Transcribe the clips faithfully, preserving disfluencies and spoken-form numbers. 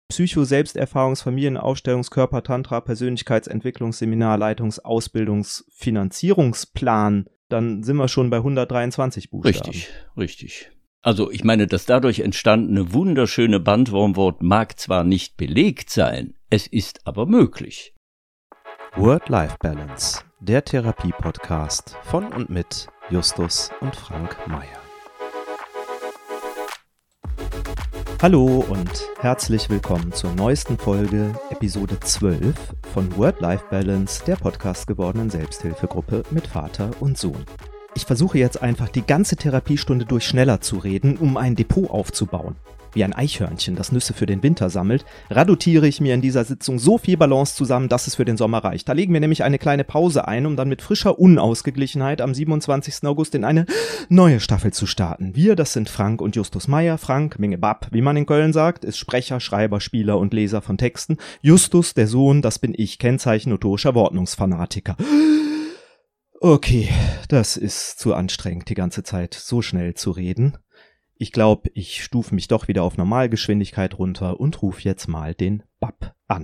Psycho-Selbsterfahrungs-, Familienaufstellungs-, Körper-, Tantra-, Persönlichkeitsentwicklungsseminar, Leitungs-, Ausbildungs-, Finanzierungsplan, dann sind wir schon bei hundertdreiundzwanzig Buchstaben. Richtig, richtig. Also ich meine, das dadurch entstandene wunderschöne Bandwurmwort mag zwar nicht belegt sein, es ist aber möglich. Work-Life-Balance, der Therapie-Podcast von und mit Justus und Frank Meyer. Hallo und herzlich willkommen zur neuesten Folge, Episode zwölf von Work-Life-Balance, der Podcast gewordenen Selbsthilfegruppe mit Vater und Sohn. Ich versuche jetzt einfach die ganze Therapiestunde durch schneller zu reden, um ein Depot aufzubauen. Wie ein Eichhörnchen, das Nüsse für den Winter sammelt, radutiere ich mir in dieser Sitzung so viel Balance zusammen, dass es für den Sommer reicht. Da legen wir nämlich eine kleine Pause ein, um dann mit frischer Unausgeglichenheit am siebenundzwanzigsten August in eine neue Staffel zu starten. Wir, das sind Frank und Justus Meyer. Frank, Mingebab, wie man in Köln sagt, ist Sprecher, Schreiber, Spieler und Leser von Texten. Justus, der Sohn, das bin ich, Kennzeichen notorischer Wortnungsfanatiker. Okay, das ist zu anstrengend, die ganze Zeit so schnell zu reden. Ich glaube, ich stufe mich doch wieder auf Normalgeschwindigkeit runter und rufe jetzt mal den Bab an.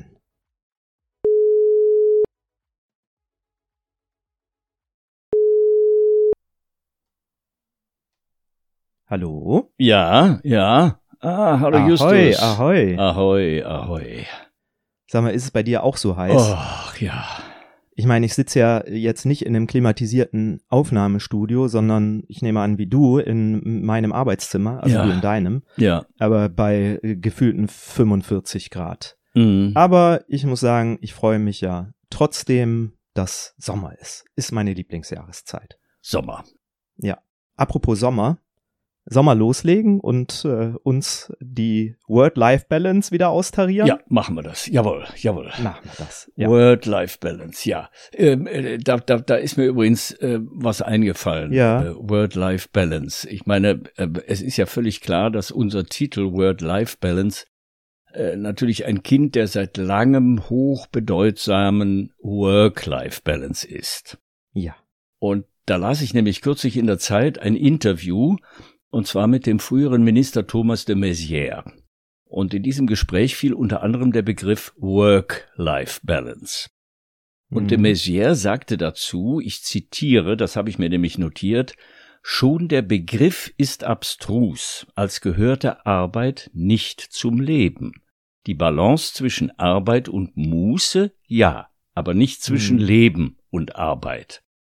Hallo? Ja, ja. Ah, hallo Ahoi, Justus. ahoi. Ahoi, ahoi. Sag mal, ist es bei dir auch so heiß? Ach ja. Ich meine, ich sitze ja jetzt nicht in einem klimatisierten Aufnahmestudio, sondern ich nehme an, wie du, in meinem Arbeitszimmer, also Ja. du in deinem, Ja. aber bei äh, gefühlten fünfundvierzig Grad. Mhm. Aber ich muss sagen, ich freue mich ja trotzdem, dass Sommer ist. Ist meine Lieblingsjahreszeit. Sommer. Ja. Apropos Sommer. Sommer loslegen und äh, uns die Work-Life-Balance wieder austarieren? Ja, machen wir das. Jawohl, jawohl. Machen wir das. Ja. Word-Life-Balance, ja. Ähm, äh, da, da, da ist mir übrigens äh, was eingefallen. Ja. Äh, Word-Life-Balance. Ich meine, äh, es ist ja völlig klar, dass unser Titel Word-Life-Balance äh, natürlich ein Kind der seit langem hochbedeutsamen Work-Life-Balance ist. Ja. Und da las ich nämlich kürzlich in der Zeit ein Interview, und zwar mit dem früheren Minister Thomas de Maizière. Und in diesem Gespräch fiel unter anderem der Begriff Work-Life-Balance. Und Mhm. de Maizière sagte dazu, ich zitiere, das habe ich mir nämlich notiert, schon der Begriff ist abstrus, als gehörte Arbeit nicht zum Leben. Die Balance zwischen Arbeit und Muße, ja, aber nicht zwischen Mhm. Leben und Arbeit.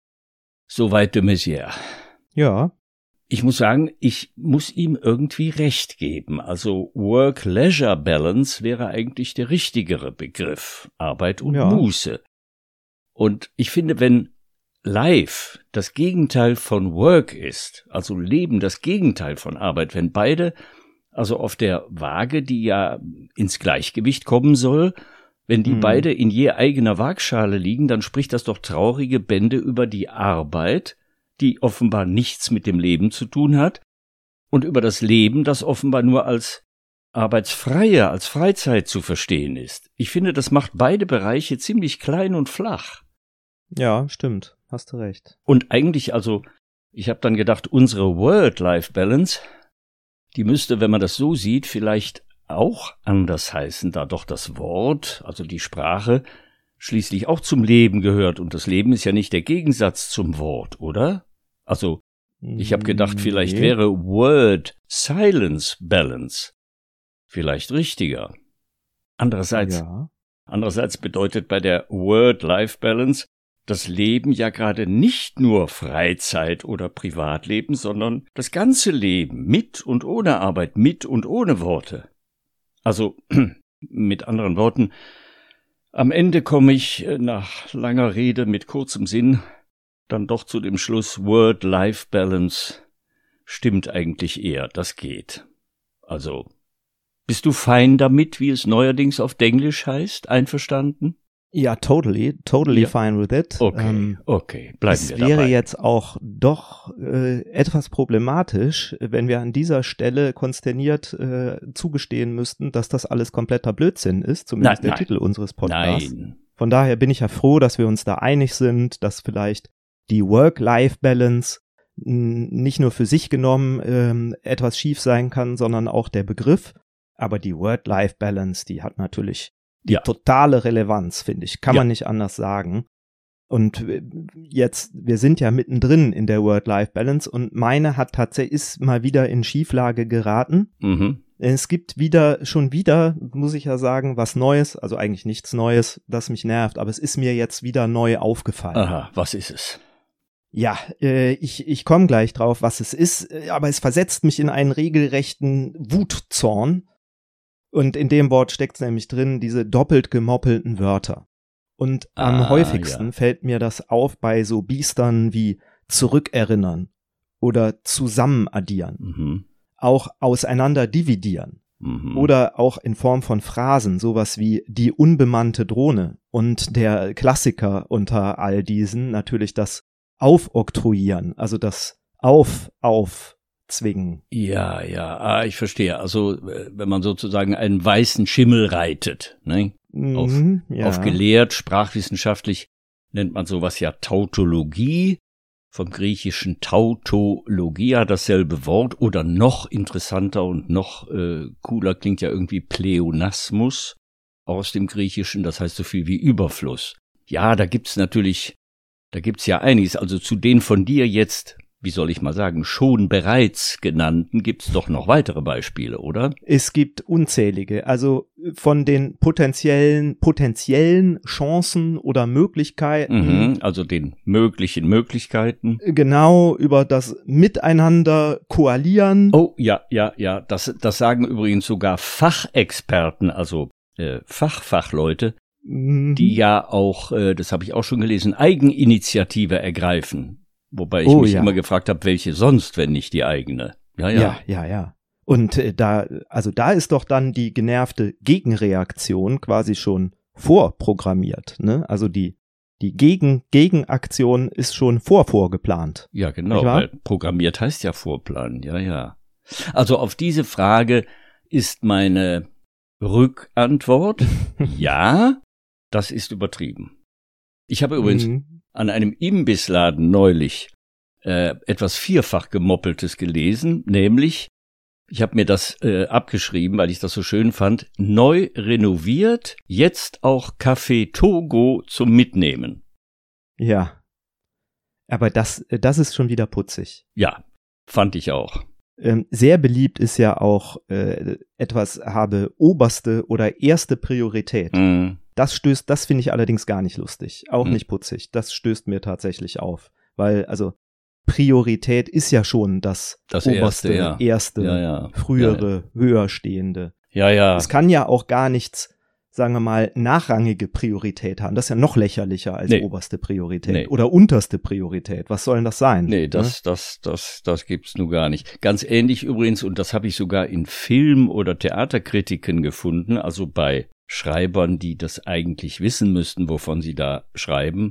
Soweit de Maizière. Ja. Ich muss sagen, ich muss ihm irgendwie recht geben. Also Work-Leisure-Balance wäre eigentlich der richtigere Begriff. Arbeit und Ja. Muße. Und ich finde, wenn Life das Gegenteil von Work ist, also Leben das Gegenteil von Arbeit, wenn beide also auf der Waage, die ja ins Gleichgewicht kommen soll, wenn die Mhm. beide in je eigener Waagschale liegen, dann spricht das doch traurige Bände über die Arbeit, die offenbar nichts mit dem Leben zu tun hat, und über das Leben, das offenbar nur als arbeitsfreie, als Freizeit zu verstehen ist. Ich finde, das macht beide Bereiche ziemlich klein und flach. Ja, stimmt. Hast du recht. Und eigentlich, also, ich habe dann gedacht, unsere Word-Life-Balance, die müsste, wenn man das so sieht, vielleicht auch anders heißen, da doch das Wort, also die Sprache, schließlich auch zum Leben gehört. Und das Leben ist ja nicht der Gegensatz zum Wort, oder? Also, ich habe gedacht, vielleicht Nee. wäre Word-Silence-Balance vielleicht richtiger. Andererseits, Ja. andererseits bedeutet bei der Word-Life-Balance das Leben ja gerade nicht nur Freizeit oder Privatleben, sondern das ganze Leben, mit und ohne Arbeit, mit und ohne Worte. Also, mit anderen Worten, am Ende komme ich nach langer Rede mit kurzem Sinn dann doch zu dem Schluss, Word-Life-Balance stimmt eigentlich eher, das geht. Also, bist du fein damit, wie es neuerdings auf Denglisch heißt, einverstanden? Ja, totally, totally Ja. fine with it. Okay, Ähm, okay, bleiben es wir wäre dabei. jetzt auch doch äh, etwas problematisch, wenn wir an dieser Stelle konsterniert äh, zugestehen müssten, dass das alles kompletter Blödsinn ist, zumindest Nein, der nein. Titel unseres Podcasts. Nein. Von daher bin ich ja froh, dass wir uns da einig sind, dass vielleicht die Work-Life-Balance mh, nicht nur für sich genommen ähm, etwas schief sein kann, sondern auch der Begriff. Aber die Work-Life-Balance, die hat natürlich die Ja. totale Relevanz, finde ich. Kann Ja. man nicht anders sagen. Und jetzt, wir sind ja mittendrin in der Work-Life-Balance und meine hat tatsächlich, ist mal wieder in Schieflage geraten. Mhm. Es gibt wieder, schon wieder, muss ich ja sagen, was Neues, also eigentlich nichts Neues, das mich nervt, aber es ist mir jetzt wieder neu aufgefallen. Aha, was ist es? Ja, äh, ich, ich komme gleich drauf, was es ist, äh, aber es versetzt mich in einen regelrechten Wutzorn. Und in dem Wort steckt es nämlich drin, diese doppelt gemoppelten Wörter. Und am Ah, häufigsten ja. fällt mir das auf bei so Biestern wie zurückerinnern oder zusammen addieren, Mhm. auch auseinander dividieren. Mhm. Oder auch in Form von Phrasen, sowas wie die unbemannte Drohne und der Klassiker unter all diesen natürlich das Aufoktroyieren, also das Auf, Aufzwingen. Ja, ja, ah, ich verstehe. Also, äh, wenn man sozusagen einen weißen Schimmel reitet, ne? Auf, Mhm, ja. auf gelehrt, sprachwissenschaftlich nennt man sowas ja Tautologie, vom griechischen Tautologia dasselbe Wort, oder noch interessanter und noch äh, cooler klingt ja irgendwie Pleonasmus aus dem Griechischen, das heißt so viel wie Überfluss. Ja, da gibt's natürlich, da gibt's ja einiges, also zu den von dir jetzt, wie soll ich mal sagen, schon bereits genannten, gibt's doch noch weitere Beispiele, oder? Es gibt unzählige, also von den potenziellen, potenziellen Chancen oder Möglichkeiten, Mhm, also den möglichen Möglichkeiten. genau über das Miteinander koalieren. Oh, ja, ja, ja, das, das sagen übrigens sogar Fachexperten, also äh, Fachfachleute, Mhm. die ja auch, äh, das habe ich auch schon gelesen, Eigeninitiative ergreifen. Wobei ich Oh, mich ja. immer gefragt habe, welche sonst, wenn nicht die eigene. Ja, ja. Ja, ja, ja. Und äh, da, also da ist doch dann die genervte Gegenreaktion quasi schon vorprogrammiert, ne? Also die, die Gegen, Gegenaktion ist schon vorvorgeplant. Ja, genau, Nicht wahr? weil programmiert heißt ja vorplanen, ja, ja. Also auf diese Frage ist meine Rückantwort, ja, das ist übertrieben. Ich habe übrigens Mhm. an einem Imbissladen neulich äh, etwas vierfach gemoppeltes gelesen, nämlich, ich habe mir das äh, abgeschrieben, weil ich das so schön fand, neu renoviert, jetzt auch Café Togo zum Mitnehmen. Ja. Aber das, äh, das ist schon wieder putzig. Ja, fand ich auch. Ähm, sehr beliebt ist ja auch, äh, etwas habe oberste oder erste Priorität. Mhm. Das stößt, das finde ich allerdings gar nicht lustig, auch Hm. nicht putzig. Das stößt mir tatsächlich auf, weil also Priorität ist ja schon das, Das oberste, Erste, ja. erste, Ja, ja. frühere, höher stehende. Ja, ja. Es kann ja auch gar nichts, sagen wir mal, nachrangige Priorität haben. Das ist ja noch lächerlicher als Nee. oberste Priorität Nee. oder unterste Priorität. Was soll denn das sein? Nee, das, das, das, das gibt's nun gar nicht. Ganz ähnlich übrigens, und das habe ich sogar in Film- oder Theaterkritiken gefunden, also bei Schreibern, die das eigentlich wissen müssten, wovon sie da schreiben,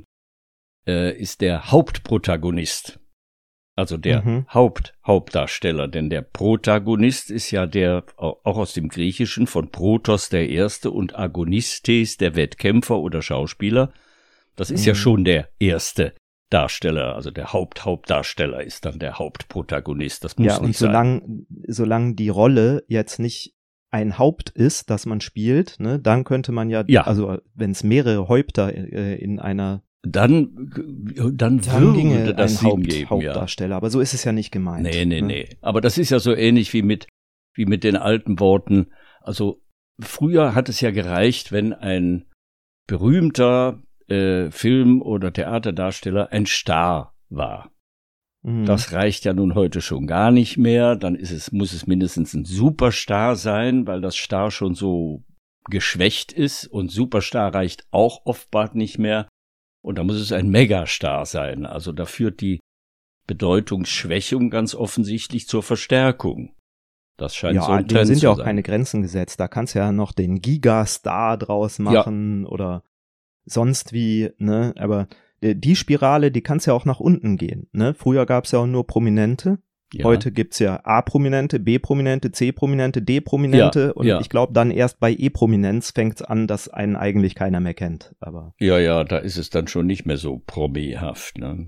äh, ist der Hauptprotagonist. Also der Mhm. Haupt, Hauptdarsteller, denn der Protagonist ist ja der, auch aus dem Griechischen, von Protos der Erste und Agonistes, der Wettkämpfer oder Schauspieler. Das ist Mhm. ja schon der erste Darsteller, also der Haupt-Hauptdarsteller ist dann der Hauptprotagonist. Das muss Ja, und nicht sein. solange solange die Rolle jetzt nicht ein Haupt ist, das man spielt, ne, dann könnte man ja, Ja. also wenn es mehrere Häupter äh, in einer, Dann, dann, dann würde ginge das ein Sinn Haupt, geben, ja. Hauptdarsteller, aber so ist es ja nicht gemeint. Nee, nee, ne? nee. Aber das ist ja so ähnlich wie mit, wie mit den alten Worten. Also früher hat es ja gereicht, wenn ein berühmter äh, Film- oder Theaterdarsteller ein Star war. Mhm. Das reicht ja nun heute schon gar nicht mehr. Dann ist es, muss es mindestens ein Superstar sein, weil das Star schon so geschwächt ist und Superstar reicht auch oft nicht mehr. Und da muss es ein Megastar sein. Also da führt die Bedeutungsschwächung ganz offensichtlich zur Verstärkung. Das scheint so Ja, ein dem Trend sind zu ja auch sein. keine Grenzen gesetzt. Da kannst du ja noch den Gigastar draus machen oder sonst wie, ne? Aber äh, die Spirale, die kann's ja auch nach unten gehen, ne? Früher gab's ja auch nur Prominente. Ja. Heute gibt's ja A-Prominente, B-Prominente, C-Prominente, D-Prominente Ja, und ja. ich glaube dann erst bei E-Prominenz fängt's an, dass einen eigentlich keiner mehr kennt. Aber Ja, ja, da ist es dann schon nicht mehr so promihaft, ne?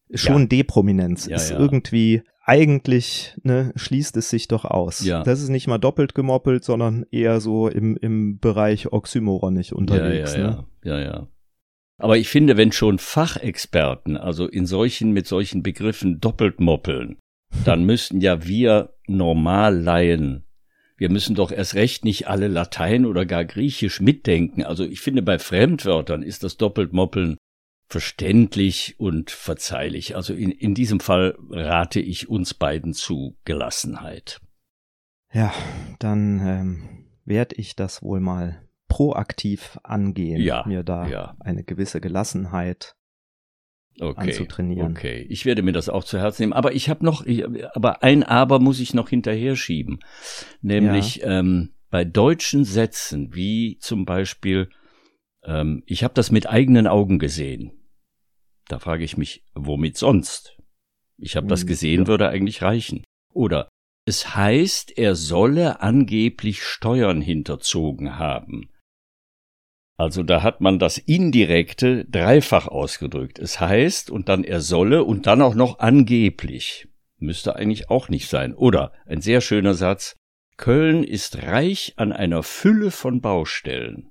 schon ja. Deprominenz. Ja, ist ja. irgendwie, eigentlich ne, schließt es sich doch aus. Ja. Das ist nicht mal doppelt gemoppelt, sondern eher so im, im Bereich oxymoronisch unterwegs. Ja, ja, ne? ja, ja, ja. Aber ich finde, wenn schon Fachexperten, also in solchen, mit solchen Begriffen doppelt moppeln, dann müssten ja wir Normallaien, wir müssen doch erst recht nicht alle Latein oder gar Griechisch mitdenken. Also ich finde, bei Fremdwörtern ist das Doppeltmoppeln verständlich und verzeihlich. Also in, in diesem Fall rate ich uns beiden zu Gelassenheit. Ja, dann ähm, werde ich das wohl mal proaktiv angehen, ja, mir da ja. eine gewisse Gelassenheit okay, anzutrainieren. Okay, ich werde mir das auch zu Herzen nehmen. Aber ich habe noch, ich, aber ein Aber muss ich noch hinterher schieben. Nämlich ja. ähm, bei deutschen Sätzen, wie zum Beispiel, ähm, ich habe das mit eigenen Augen gesehen. Da frage ich mich, womit sonst? Ich habe das gesehen, ja. würde eigentlich reichen. Oder es heißt, er solle angeblich Steuern hinterzogen haben. Also da hat man das Indirekte dreifach ausgedrückt. Es heißt und dann er solle und dann auch noch angeblich. Müsste eigentlich auch nicht sein. Oder ein sehr schöner Satz, Köln ist reich an einer Fülle von Baustellen.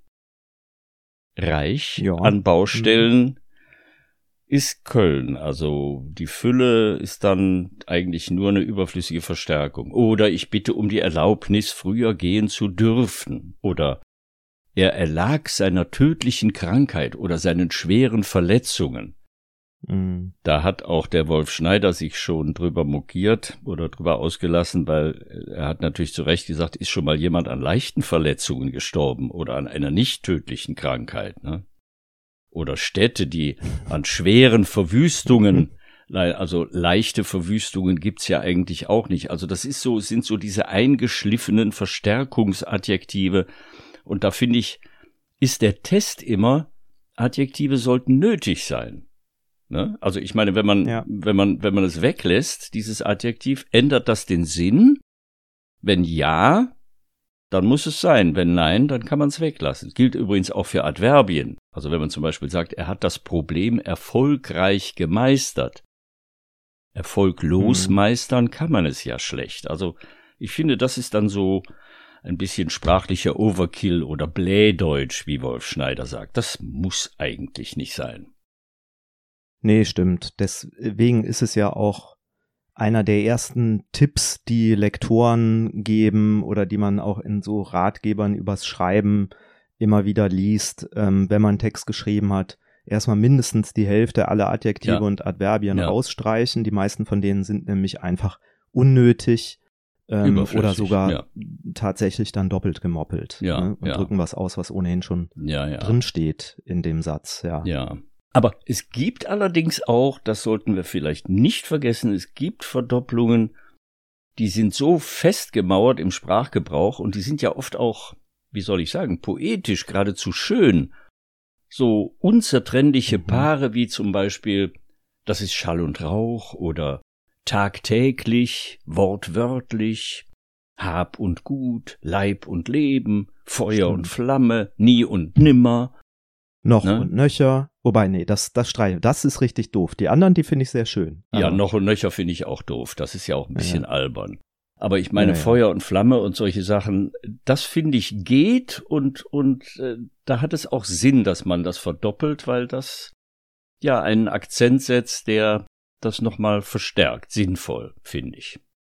Reich ja. an Baustellen mhm. ist Köln. Also die Fülle ist dann eigentlich nur eine überflüssige Verstärkung. Oder ich bitte um die Erlaubnis, früher gehen zu dürfen. Oder er erlag seiner tödlichen Krankheit oder seinen schweren Verletzungen. Mhm. Da hat auch der Wolf Schneider sich schon drüber mokiert oder drüber ausgelassen, weil er hat natürlich zu Recht gesagt, ist schon mal jemand an leichten Verletzungen gestorben oder an einer nicht tödlichen Krankheit, ne? Oder Städte, die an schweren Verwüstungen, also leichte Verwüstungen gibt's ja eigentlich auch nicht. Also das ist so, sind so diese eingeschliffenen Verstärkungsadjektive. Und da finde ich, ist der Test immer, Adjektive sollten nötig sein. Ne? Also ich meine, wenn man, ja. wenn man, wenn man es weglässt, dieses Adjektiv, ändert das den Sinn? Wenn ja, dann muss es sein. Wenn nein, dann kann man es weglassen. Das gilt übrigens auch für Adverbien. Also wenn man zum Beispiel sagt, er hat das Problem erfolgreich gemeistert. Erfolglos mhm. meistern kann man es ja schlecht. Also ich finde, das ist dann so ein bisschen sprachlicher Overkill oder Blähdeutsch, wie Wolf Schneider sagt. Das muss eigentlich nicht sein. Nee, stimmt. Deswegen ist es ja auch einer der ersten Tipps, die Lektoren geben oder die man auch in so Ratgebern übers Schreiben immer wieder liest, ähm, wenn man einen Text geschrieben hat. Erstmal mindestens die Hälfte aller Adjektive ja. und Adverbien ja. rausstreichen. Die meisten von denen sind nämlich einfach unnötig. Ähm, oder sogar ja. tatsächlich dann doppelt gemoppelt ja, ne? und ja. drücken was aus, was ohnehin schon ja, ja. drinsteht in dem Satz. Ja. ja. Aber es gibt allerdings auch, das sollten wir vielleicht nicht vergessen, es gibt Verdopplungen, die sind so festgemauert im Sprachgebrauch und die sind ja oft auch, wie soll ich sagen, poetisch, geradezu schön. So unzertrennliche mhm. Paare wie zum Beispiel, das ist Schall und Rauch oder tagtäglich, wortwörtlich, Hab und Gut, Leib und Leben, Feuer Stimmt. und Flamme, nie und nimmer. Noch ne? und nöcher. Wobei, nee, das, das streiche. Das ist richtig doof. Die anderen, die finde ich sehr schön. Ja, Aber noch und nöcher finde ich auch doof. Das ist ja auch ein bisschen ja. albern. Aber ich meine, ja, ja. Feuer und Flamme und solche Sachen, das finde ich geht und, und äh, da hat es auch Sinn, dass man das verdoppelt, weil das ja einen Akzent setzt, der das nochmal verstärkt, sinnvoll, finde ich.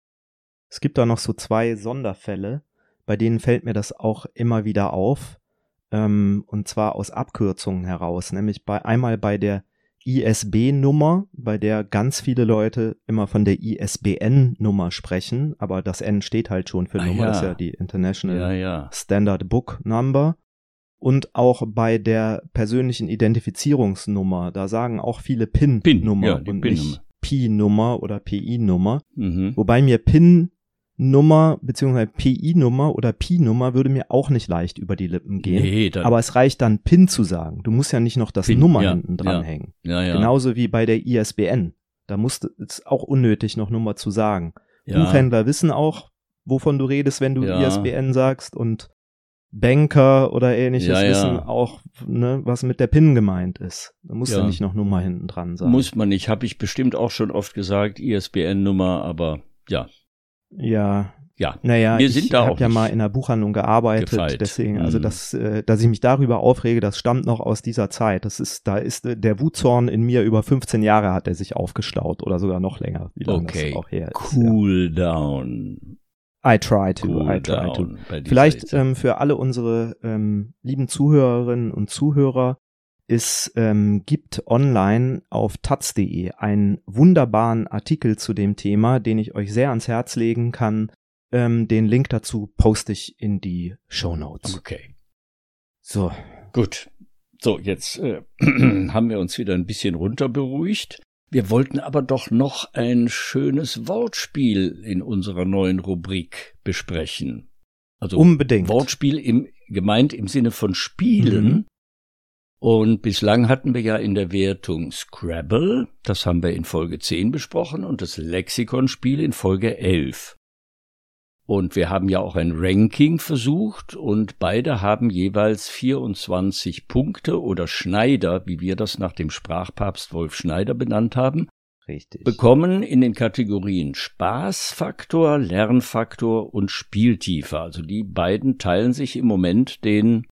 Es gibt da noch so zwei Sonderfälle, bei denen fällt mir das auch immer wieder auf, ähm, und zwar aus Abkürzungen heraus, nämlich bei einmal bei der I S B-Nummer, bei der ganz viele Leute immer von der I S B N-Nummer sprechen, aber das N steht halt schon für ah, Nummer, ja. das ist ja die International ja, ja. Standard Book Number. Und auch bei der persönlichen Identifizierungsnummer, da sagen auch viele P I N-Nummer PIN, ja, und PIN-Nummer. nicht P I-Nummer oder P I-Nummer. Mhm. Wobei mir P I N-Nummer bzw. P I-Nummer oder P I-Nummer würde mir auch nicht leicht über die Lippen gehen. Nee, dann aber es reicht dann P I N zu sagen. Du musst ja nicht noch das P I N, Nummer ja, hinten dranhängen. Ja, ja. Genauso wie bei der I S B N. Da musst es auch unnötig noch Nummer zu sagen. Ja. Buchhändler wissen auch, wovon du redest, wenn du Ja. I S B N sagst und Banker oder ähnliches ja, ja. wissen auch, ne, was mit der P I N gemeint ist. Da muss ja, ja nicht noch Nummer hinten dran sein. Muss man nicht, habe ich bestimmt auch schon oft gesagt, I S B N-Nummer, aber ja. Ja. Ja, naja, wir sind ich da habe auch ja mal in der Buchhandlung gearbeitet, gefeit. deswegen, also das, äh, dass ich mich darüber aufrege, das stammt noch aus dieser Zeit. Das ist, da ist äh, der Wutzorn in mir über fünfzehn Jahre hat er sich aufgestaut oder sogar noch länger, wie lange okay. das auch her ist. Cool ja. down. I try to, cool I try to. to. Vielleicht ähm, für alle unsere ähm, lieben Zuhörerinnen und Zuhörer, es ähm, gibt online auf taz punkt de einen wunderbaren Artikel zu dem Thema, den ich euch sehr ans Herz legen kann. Ähm, den Link dazu poste ich in die Shownotes. Okay. So. Gut. So, jetzt äh, haben wir uns wieder ein bisschen runterberuhigt. Wir wollten aber doch noch ein schönes Wortspiel in unserer neuen Rubrik besprechen. Also unbedingt. Wortspiel im, gemeint im Sinne von Spielen. Mhm. Und bislang hatten wir ja in der Wertung Scrabble, das haben wir in Folge zehn besprochen, und das Lexikonspiel in Folge elf. Und wir haben ja auch ein Ranking versucht und beide haben jeweils vierundzwanzig Punkte oder Schneider, wie wir das nach dem Sprachpapst Wolf Schneider benannt haben, Richtig. bekommen in den Kategorien Spaßfaktor, Lernfaktor und Spieltiefe. Also die beiden teilen sich im Moment den,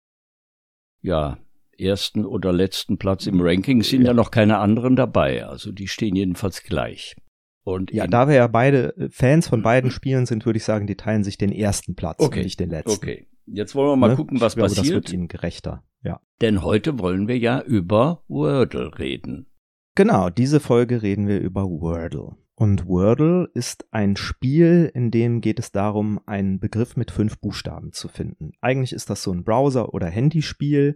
ja, ersten oder letzten Platz im Ranking, sind ja, ja noch keine anderen dabei. Also die stehen jedenfalls gleich. Und ja, da wir ja beide Fans von beiden Spielen sind, würde ich sagen, die teilen sich den ersten Platz okay. und nicht den letzten. Okay, jetzt wollen wir mal ne? gucken, was ich glaube, passiert. Das wird ihnen gerechter, ja. Denn heute wollen wir ja über Wordle reden. Genau, diese Folge reden wir über Wordle. Und Wordle ist ein Spiel, in dem geht es darum, einen Begriff mit fünf Buchstaben zu finden. Eigentlich ist das so ein Browser- oder Handyspiel.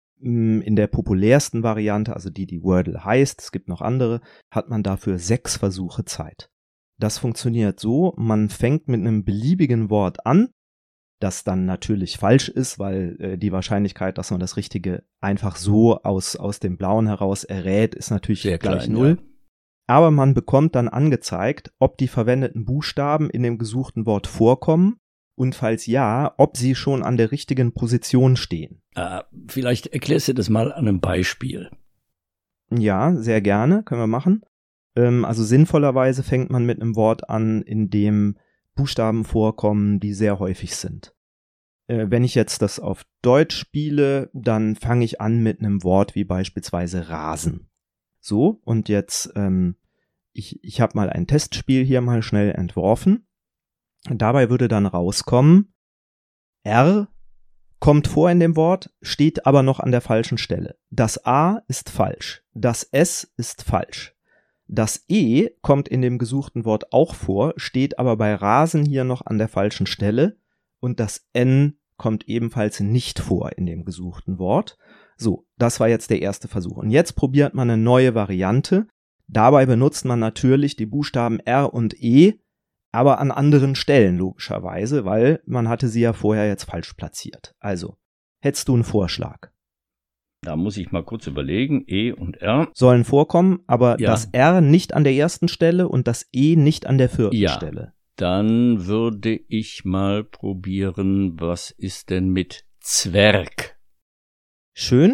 In der populärsten Variante, also die, die Wordle heißt, es gibt noch andere, hat man dafür sechs Versuche Zeit. Das funktioniert so, man fängt mit einem beliebigen Wort an, das dann natürlich falsch ist, weil äh, die Wahrscheinlichkeit, dass man das Richtige einfach so aus, aus dem Blauen heraus errät, ist natürlich Sehr gleich klein, null. Ja. Aber man bekommt dann angezeigt, ob die verwendeten Buchstaben in dem gesuchten Wort vorkommen. Und falls ja, ob sie schon an der richtigen Position stehen. Äh, vielleicht erklärst du das mal an einem Beispiel. Ja, sehr gerne, können wir machen. Ähm, also sinnvollerweise fängt man mit einem Wort an, in dem Buchstaben vorkommen, die sehr häufig sind. Äh, wenn ich jetzt das auf Deutsch spiele, dann fange ich an mit einem Wort wie beispielsweise Rasen. So, und jetzt, ähm, ich, ich habe mal ein Testspiel hier mal schnell entworfen. Dabei würde dann rauskommen, R kommt vor in dem Wort, steht aber noch an der falschen Stelle. Das A ist falsch, das S ist falsch. Das E kommt in dem gesuchten Wort auch vor, steht aber bei Rasen hier noch an der falschen Stelle und das N kommt ebenfalls nicht vor in dem gesuchten Wort. So, das war jetzt der erste Versuch. Und jetzt probiert man eine neue Variante. Dabei benutzt man natürlich die Buchstaben R und E, aber an anderen Stellen logischerweise, weil man hatte sie ja vorher jetzt falsch platziert. Also, hättest du einen Vorschlag? Da muss ich mal kurz überlegen. E und R sollen vorkommen, aber ja. das R nicht an der ersten Stelle und das E nicht an der vierten ja. Stelle. Dann würde ich mal probieren, was ist denn mit Zwerg? Schön,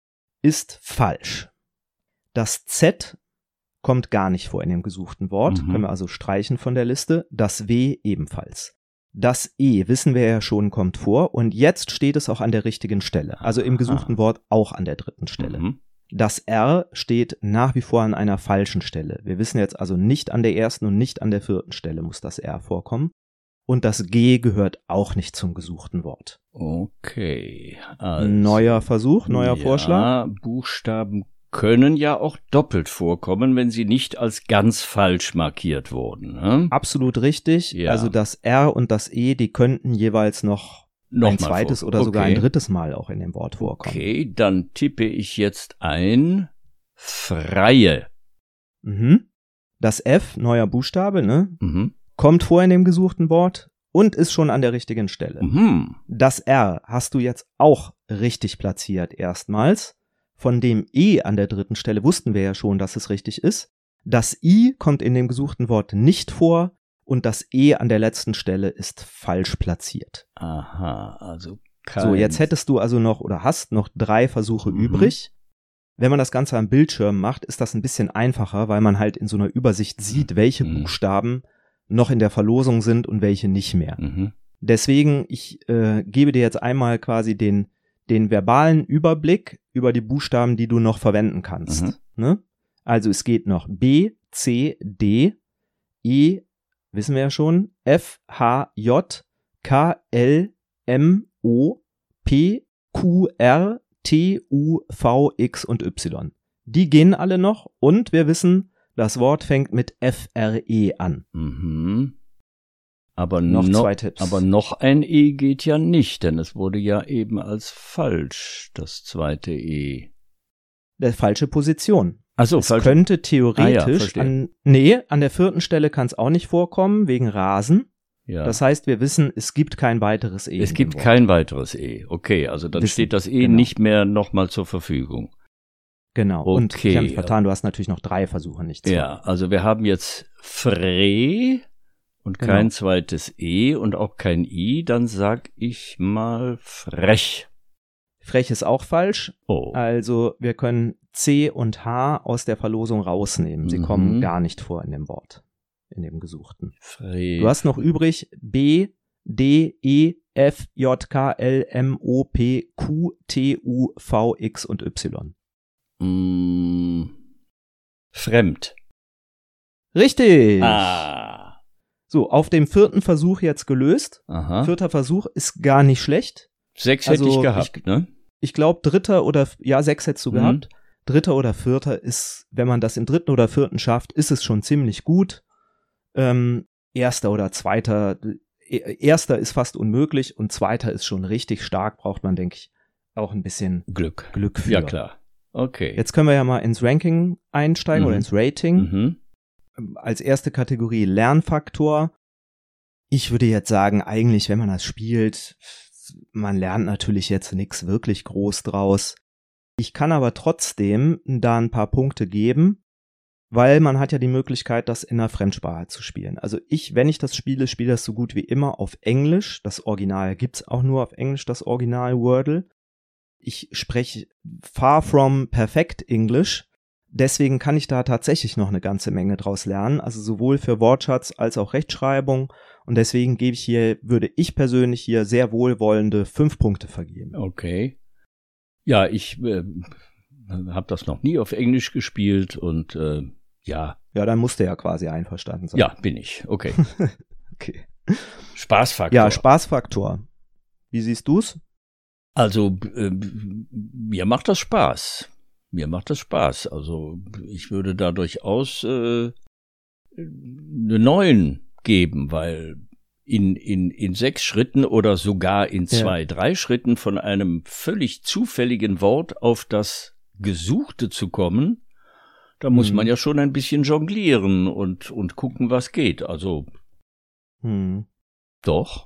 ist falsch. Das Z kommt gar nicht vor in dem gesuchten Wort, mhm. können wir also streichen von der Liste. Das W ebenfalls. Das E, wissen wir ja schon, kommt vor und jetzt steht es auch an der richtigen Stelle, also im gesuchten Aha. Wort auch an der dritten Stelle. Mhm. Das R steht nach wie vor an einer falschen Stelle. Wir wissen jetzt also nicht an der ersten und nicht an der vierten Stelle muss das R vorkommen. Und das G gehört auch nicht zum gesuchten Wort. Okay. Also, neuer Versuch, neuer ja, Vorschlag. Buchstaben können ja auch doppelt vorkommen, wenn sie nicht als ganz falsch markiert wurden. Ne? Absolut richtig. Ja. Also das R und das E, die könnten jeweils noch, noch ein zweites vor. oder okay. sogar ein drittes Mal auch in dem Wort vorkommen. Okay, dann tippe ich jetzt ein Freie. Mhm. Das F, neuer Buchstabe, ne? Mhm. Kommt vor in dem gesuchten Wort und ist schon an der richtigen Stelle. Mhm. Das R hast du jetzt auch richtig platziert erstmals. Von dem E an der dritten Stelle wussten wir ja schon, dass es richtig ist. Das I kommt in dem gesuchten Wort nicht vor und das E an der letzten Stelle ist falsch platziert. Aha, also Keins. So, jetzt hättest du also noch oder hast noch drei Versuche Mhm. übrig. Wenn man das Ganze am Bildschirm macht, ist das ein bisschen einfacher, weil man halt in so einer Übersicht sieht, welche Mhm. Buchstaben noch in der Verlosung sind und welche nicht mehr. Mhm. Deswegen, ich äh, gebe dir jetzt einmal quasi den, den verbalen Überblick über die Buchstaben, die du noch verwenden kannst. Mhm. Ne? Also es geht noch B, C, D, E, wissen wir ja schon, F, H, J, K, L, M, O, P, Q, R, T, U, V, X und Y. Die gehen alle noch und wir wissen, das Wort fängt mit F, R, E an. Mhm. Aber Noch no, zwei Tipps. Aber noch ein E geht ja nicht, denn es wurde ja eben als falsch, das zweite E. Der falsche Position. Ach so, Es falsch. könnte Ah ja, theoretisch verstehe. an, nee, an der vierten Stelle kann es auch nicht vorkommen, wegen Rasen. Ja. Das heißt, wir wissen, es gibt kein weiteres E. Es in gibt dem Wort. kein weiteres E. Okay, also dann Wissen, steht das E genau. nicht mehr nochmal zur Verfügung. Genau. Und Okay. ich habe mich vertan, du hast natürlich noch drei Versuche, nicht zwei. Ja, also wir haben jetzt Fre und Genau. kein zweites E und auch kein I, dann sag ich mal frech. Frech ist auch falsch. Oh. Also wir können C und H aus der Verlosung rausnehmen. Sie Mhm. kommen gar nicht vor in dem Wort, in dem Gesuchten. Fre. Du hast noch übrig B, D, E, F, J, K, L, M, O, P, Q, T, U, V, X und Y. Mm, fremd. Richtig! Ah. So, auf dem vierten Versuch jetzt gelöst. Aha. Vierter Versuch ist gar nicht schlecht. Sechs also hätte ich gehabt, ich- ne? Ich glaube, dritter oder, ja, sechs hättest du Mhm. gehabt. Dritter oder vierter ist, wenn man das im dritten oder vierten schafft, ist es schon ziemlich gut. Ähm, erster oder zweiter, äh, erster ist fast unmöglich und zweiter ist schon richtig stark, braucht man, denke ich, auch ein bisschen Glück. Glück für. Ja, klar. Okay. Jetzt können wir ja mal ins Ranking einsteigen Mhm. oder ins Rating. Mhm. Als erste Kategorie Lernfaktor. Ich würde jetzt sagen, eigentlich, wenn man das spielt, man lernt natürlich jetzt nichts wirklich groß draus. Ich kann aber trotzdem da ein paar Punkte geben, weil man hat ja die Möglichkeit, das in einer Fremdsprache zu spielen. Also ich, wenn ich das spiele, spiele das so gut wie immer auf Englisch. Das Original gibt's auch nur auf Englisch, das Original Wordle. Ich spreche far from perfect English. Deswegen kann ich da tatsächlich noch eine ganze Menge draus lernen, also sowohl für Wortschatz als auch Rechtschreibung. Und deswegen gebe ich hier, würde ich persönlich hier sehr wohlwollende fünf Punkte vergeben. Okay. Ja, ich äh, habe das noch nie auf Englisch gespielt und äh, ja. Ja, dann musst du ja quasi einverstanden sein. Ja, bin ich. Okay. Okay. Spaßfaktor. Ja, Spaßfaktor. Wie siehst du's? Also, äh, mir macht das Spaß. Mir macht das Spaß. Also, ich würde da durchaus äh, eine neun geben, weil in, in, in sechs Schritten oder sogar in zwei, Ja. drei Schritten von einem völlig zufälligen Wort auf das Gesuchte zu kommen, da muss Mhm. man ja schon ein bisschen jonglieren und, und gucken, was geht. Also, Hm. doch.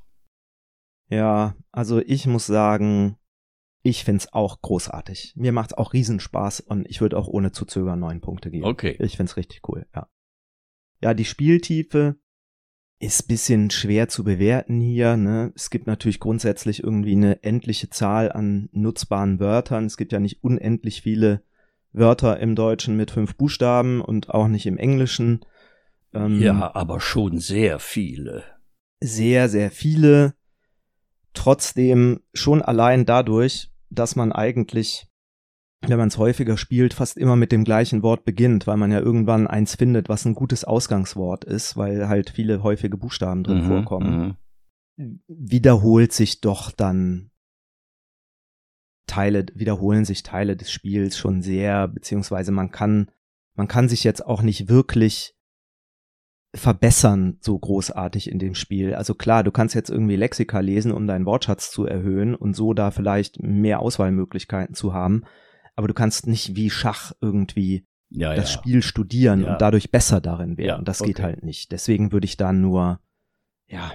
Ja, also ich muss sagen, ich find's auch großartig. Mir macht's auch Riesenspaß und ich würde auch ohne zu zögern neun Punkte geben. Okay. Ich find's richtig cool, ja. Ja, die Spieltiefe ist bisschen schwer zu bewerten hier, ne? Es gibt natürlich grundsätzlich irgendwie eine endliche Zahl an nutzbaren Wörtern. Es gibt ja nicht unendlich viele Wörter im Deutschen mit fünf Buchstaben und auch nicht im Englischen. Ähm, Ja, aber schon sehr viele. Sehr, sehr viele. Trotzdem schon allein dadurch, dass man eigentlich, wenn man es häufiger spielt, fast immer mit dem gleichen Wort beginnt, weil man ja irgendwann eins findet, was ein gutes Ausgangswort ist, weil halt viele häufige Buchstaben drin Mhm, vorkommen, mhm. wiederholt sich doch dann Teile, wiederholen sich Teile des Spiels schon sehr, beziehungsweise man kann, man kann sich jetzt auch nicht wirklich verbessern so großartig in dem Spiel. Also klar, du kannst jetzt irgendwie Lexika lesen, um deinen Wortschatz zu erhöhen und so da vielleicht mehr Auswahlmöglichkeiten zu haben, aber du kannst nicht wie Schach irgendwie Ja, das ja. Spiel studieren Ja. und dadurch besser darin werden. Ja, Und das okay. geht halt nicht. Deswegen würde ich dann nur, ja,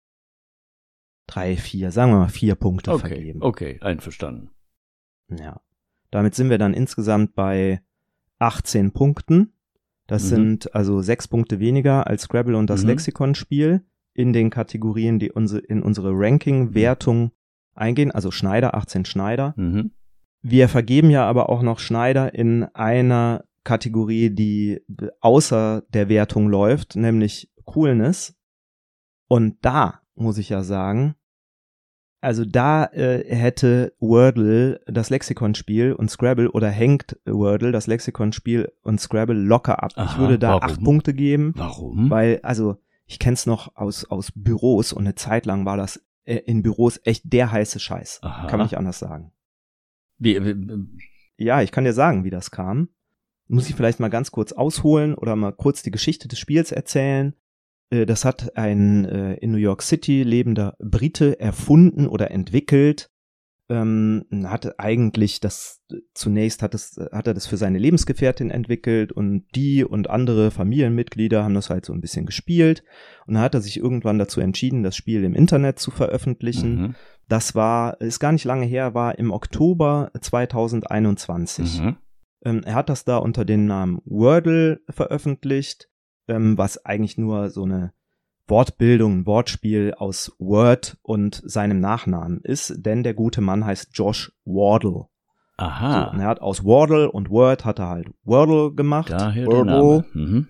drei, vier, sagen wir mal vier Punkte Okay, vergeben. okay, einverstanden. Ja. Damit sind wir dann insgesamt bei achtzehn Punkten. Das Mhm. sind also sechs Punkte weniger als Scrabble und das Mhm. Lexikon-Spiel in den Kategorien, die unsere, in unsere Ranking-Wertung eingehen, also Schneider, achtzehn Schneider. Mhm. Wir vergeben ja aber auch noch Schneider in einer Kategorie, die außer der Wertung läuft, nämlich Coolness. Und da muss ich ja sagen, also da äh, hätte Wordle das Lexikonspiel und Scrabble oder hängt Wordle das Lexikonspiel und Scrabble locker ab. Aha, ich würde da warum? acht Punkte geben. Warum? Weil, also ich kenn's noch aus aus Büros und eine Zeit lang war das äh, in Büros echt der heiße Scheiß. Aha. Kann man nicht anders sagen. Wie, wie, Ja, ich kann dir sagen, wie das kam. Muss ich vielleicht mal ganz kurz ausholen oder mal kurz die Geschichte des Spiels erzählen. Äh, das hat ein äh, in New York City lebender Brite erfunden oder entwickelt. Ähm, hatte eigentlich das, zunächst hat, es, hat er das für seine Lebensgefährtin entwickelt und die und andere Familienmitglieder haben das halt so ein bisschen gespielt. Und dann hat er sich irgendwann dazu entschieden, das Spiel im Internet zu veröffentlichen. Mhm. Das war, ist gar nicht lange her, war im Oktober zweitausendeinundzwanzig. Mhm. Ähm, er hat das da unter dem Namen Wordle veröffentlicht, ähm, was eigentlich nur so eine Wortbildung, ein Wortspiel aus Word und seinem Nachnamen ist, denn der gute Mann heißt Josh Wardle. Aha. So, und er hat aus Wardle und Word hat er halt Wordle gemacht. Daher Wordle. der Name. Mhm.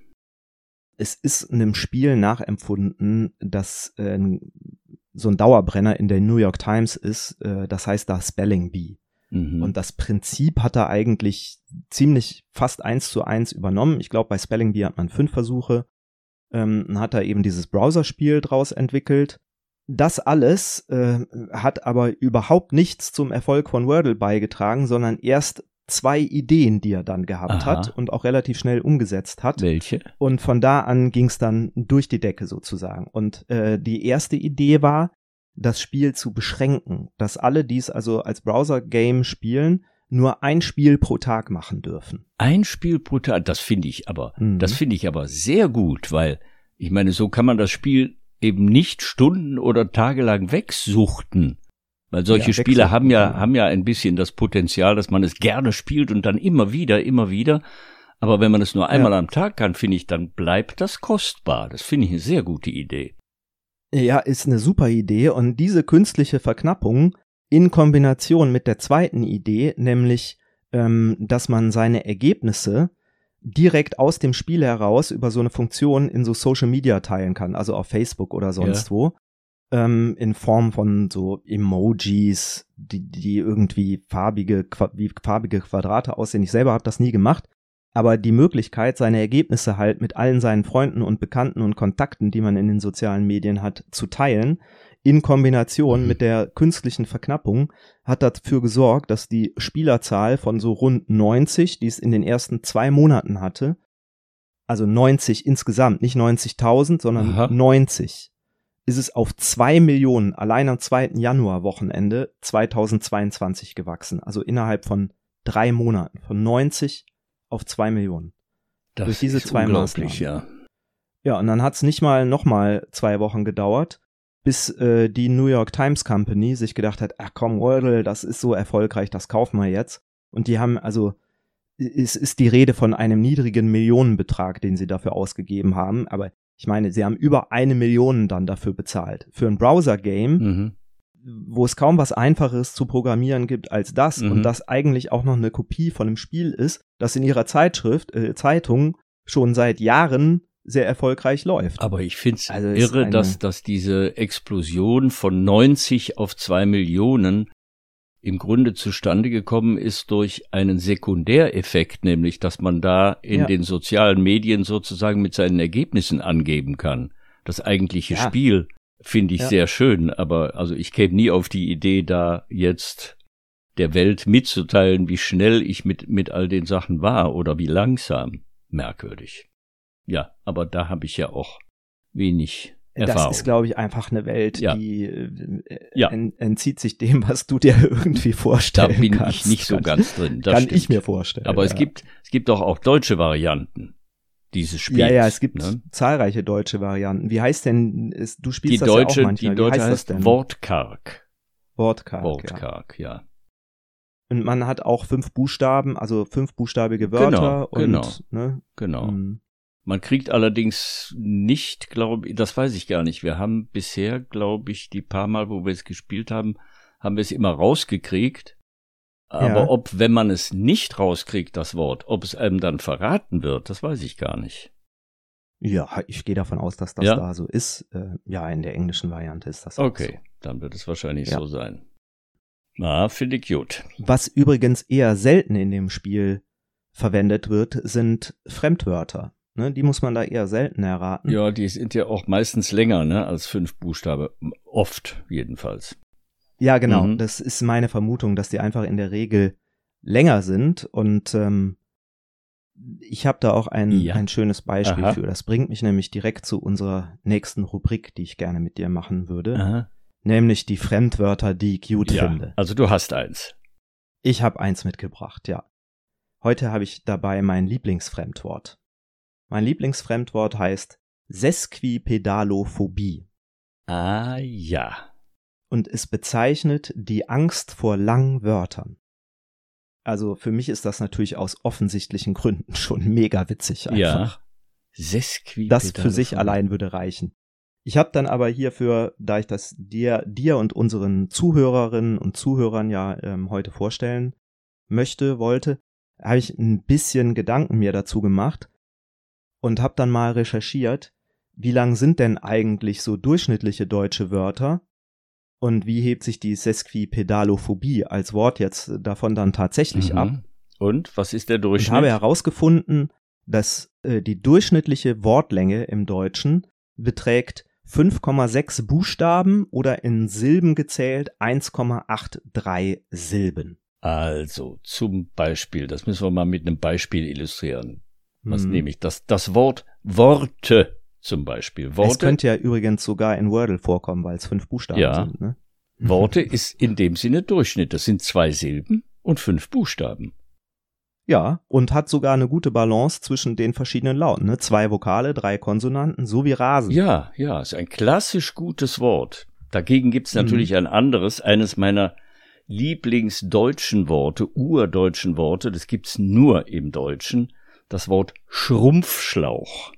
Es ist einem Spiel nachempfunden, das äh, so ein Dauerbrenner in der New York Times ist, äh, das heißt da Spelling Bee. Mhm. Und das Prinzip hat er eigentlich ziemlich fast eins zu eins übernommen. Ich glaube, bei Spelling Bee hat man fünf Versuche. Ähm, dann hat er eben dieses Browserspiel draus entwickelt. Das alles äh, hat aber überhaupt nichts zum Erfolg von Wordle beigetragen, sondern erst zwei Ideen, die er dann gehabt Aha. hat und auch relativ schnell umgesetzt hat. Welche? Und von da an ging es dann durch die Decke sozusagen. Und äh, die erste Idee war, das Spiel zu beschränken, dass alle, die es also als Browser-Game spielen, nur ein Spiel pro Tag machen dürfen. Ein Spiel pro Tag, das finde ich aber, Mhm. das finde ich aber sehr gut, weil ich meine, so kann man das Spiel eben nicht stunden- oder tagelang wegsuchten. Weil solche Ja, Spiele wegsuchten, haben ja, ja. haben ja ein bisschen das Potenzial, dass man es gerne spielt und dann immer wieder, immer wieder. Aber wenn man es nur einmal Ja. am Tag kann, finde ich, dann bleibt das kostbar. Das finde ich eine sehr gute Idee. Ja, ist eine super Idee. Und diese künstliche Verknappung in Kombination mit der zweiten Idee, nämlich, ähm, dass man seine Ergebnisse direkt aus dem Spiel heraus über so eine Funktion in so Social Media teilen kann, also auf Facebook oder sonst Ja. wo, ähm, in Form von so Emojis, die, die irgendwie farbige, wie farbige Quadrate aussehen. Ich selber habe das nie gemacht, aber die Möglichkeit, seine Ergebnisse halt mit allen seinen Freunden und Bekannten und Kontakten, die man in den sozialen Medien hat, zu teilen, in Kombination Mhm. mit der künstlichen Verknappung, hat dafür gesorgt, dass die Spielerzahl von so rund neunzig, die es in den ersten zwei Monaten hatte, also neunzig insgesamt, nicht neunzigtausend, sondern Aha. neunzig, ist es auf zwei Millionen allein am zweiten Januar-Wochenende zweitausendzweiundzwanzig gewachsen. Also innerhalb von drei Monaten, von neunzig auf zwei Millionen. Das Durch diese ist zwei unglaublich, Maßnahmen. ja. Ja, und dann hat es nicht mal nochmal zwei Wochen gedauert, bis äh, die New York Times Company sich gedacht hat, ach komm, Wordle, das ist so erfolgreich, das kaufen wir jetzt. Und die haben, also, es ist die Rede von einem niedrigen Millionenbetrag, den sie dafür ausgegeben haben. Aber ich meine, sie haben über eine Million dann dafür bezahlt. Für ein Browser-Game, Mhm. wo es kaum was Einfaches zu programmieren gibt als das Mhm. und das eigentlich auch noch eine Kopie von einem Spiel ist, das in ihrer Zeitschrift, äh, Zeitung schon seit Jahren sehr erfolgreich läuft. Aber ich finde es Also es ist irre, eine- dass, dass diese Explosion von neunzig auf zwei Millionen im Grunde zustande gekommen ist durch einen Sekundäreffekt, nämlich, dass man da in Ja. den sozialen Medien sozusagen mit seinen Ergebnissen angeben kann. Das eigentliche Ja. Spiel finde ich Ja. sehr schön, aber also ich käme nie auf die Idee, da jetzt der Welt mitzuteilen, wie schnell ich mit, mit all den Sachen war oder wie langsam. Merkwürdig. Ja, aber da habe ich ja auch wenig Erfahrung. Das ist, glaube ich, einfach eine Welt, Ja. die äh, Ja. en, entzieht sich dem, was du dir irgendwie Da vorstellen bin kannst. ich nicht so kann, ganz drin. Das Kann stimmt. ich mir vorstellen. Aber ja. es gibt, es gibt doch auch deutsche Varianten dieses Spiels. Ja, ja, es gibt ne? zahlreiche deutsche Varianten. Wie heißt denn, es, du Die spielst das deutsche, ja auch manchmal. die Wie deutsche heißt das heißt denn? Wortkarg. Wortkarg. Ja. Wortkarg, ja. Und man hat auch fünf Buchstaben, also fünfbuchstabige Wörter. Genau, und, Ne, Genau. mh. Man kriegt allerdings nicht, glaube ich, das weiß ich gar nicht. Wir haben bisher, glaube ich, die paar Mal, wo wir es gespielt haben, haben wir es immer rausgekriegt. Aber Ja. ob, wenn man es nicht rauskriegt, das Wort, ob es einem dann verraten wird, das weiß ich gar nicht. Ja, ich gehe davon aus, dass das Ja? da so ist. Äh, ja, in der englischen Variante ist das auch Okay, dann wird es wahrscheinlich Ja. so sein. Na, finde ich gut. so. Was übrigens eher selten in dem Spiel verwendet wird, sind Fremdwörter. Ne, die muss man da eher selten erraten. Ja, die sind ja auch meistens länger, ne, als fünf Buchstabe. Oft jedenfalls. Ja, genau. Mhm. Das ist meine Vermutung, dass die einfach in der Regel länger sind. Und ähm, ich habe da auch ein, Ja. ein schönes Beispiel Aha. für. Das bringt mich nämlich direkt zu unserer nächsten Rubrik, die ich gerne mit dir machen würde. Aha. Nämlich die Fremdwörter, die ich gut Ja, finde. also du hast eins. Ich habe eins mitgebracht, ja. Heute habe ich dabei mein Lieblingsfremdwort. Mein Lieblingsfremdwort heißt Sesquipedalophobie Ah, ja. und es bezeichnet die Angst vor langen Wörtern. Also für mich ist das natürlich aus offensichtlichen Gründen schon mega witzig einfach. Ja. Sesquipedalophobie. Das für sich allein würde reichen. Ich habe dann aber hierfür, da ich das dir, dir und unseren Zuhörerinnen und Zuhörern ja ähm, heute vorstellen möchte, wollte, habe ich ein bisschen Gedanken mir dazu gemacht und habe dann mal recherchiert, wie lang sind denn eigentlich so durchschnittliche deutsche Wörter und wie hebt sich die Sesquipedalophobie als Wort jetzt davon dann tatsächlich Mhm. ab. Und was ist der Ich Durchschnitt? habe herausgefunden, dass äh, die durchschnittliche Wortlänge im Deutschen beträgt fünf Komma sechs Buchstaben oder in Silben gezählt eins Komma dreiundachtzig Silben. Also, zum Beispiel, das müssen wir mal mit einem Beispiel illustrieren. Was Hm. nehme ich? Das, das Wort Worte zum Beispiel. Worte, Es könnte ja übrigens sogar in Wordle vorkommen, weil es fünf Buchstaben Ja. sind. Ne? Worte ist in dem Sinne Durchschnitt. Das sind zwei Silben und fünf Buchstaben. Ja, und hat sogar eine gute Balance zwischen den verschiedenen Lauten. Ne? Zwei Vokale, drei Konsonanten, so wie Rasen. Ja, ja, ist ein klassisch gutes Wort. Dagegen gibt's natürlich Mhm. ein anderes, eines meiner Lieblingsdeutschen Worte, urdeutschen Worte, das gibt's nur im Deutschen, das Wort Schrumpfschlauch.